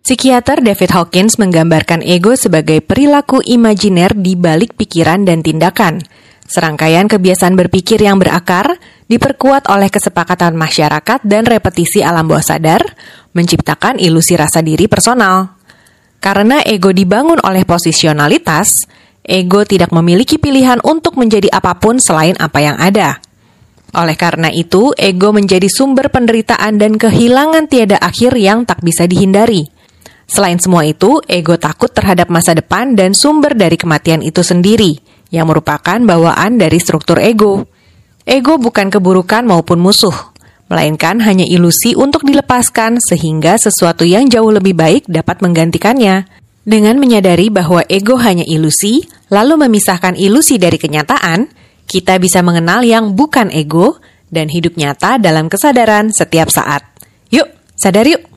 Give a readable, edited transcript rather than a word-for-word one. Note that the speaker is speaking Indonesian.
Psikiater David Hawkins menggambarkan ego sebagai perilaku imajiner di balik pikiran dan tindakan. Serangkaian kebiasaan berpikir yang berakar, diperkuat oleh kesepakatan masyarakat dan repetisi alam bawah sadar, menciptakan ilusi rasa diri personal. Karena ego dibangun oleh posisionalitas, ego tidak memiliki pilihan untuk menjadi apapun selain apa yang ada. Oleh karena itu, ego menjadi sumber penderitaan dan kehilangan tiada akhir yang tak bisa dihindari. Selain semua itu, ego takut terhadap masa depan dan sumber dari kematian itu sendiri, yang merupakan bawaan dari struktur ego. Ego bukan keburukan maupun musuh, melainkan hanya ilusi untuk dilepaskan sehingga sesuatu yang jauh lebih baik dapat menggantikannya. Dengan menyadari bahwa ego hanya ilusi, lalu memisahkan ilusi dari kenyataan, kita bisa mengenal yang bukan ego dan hidup nyata dalam kesadaran setiap saat. Yuk, sadar yuk!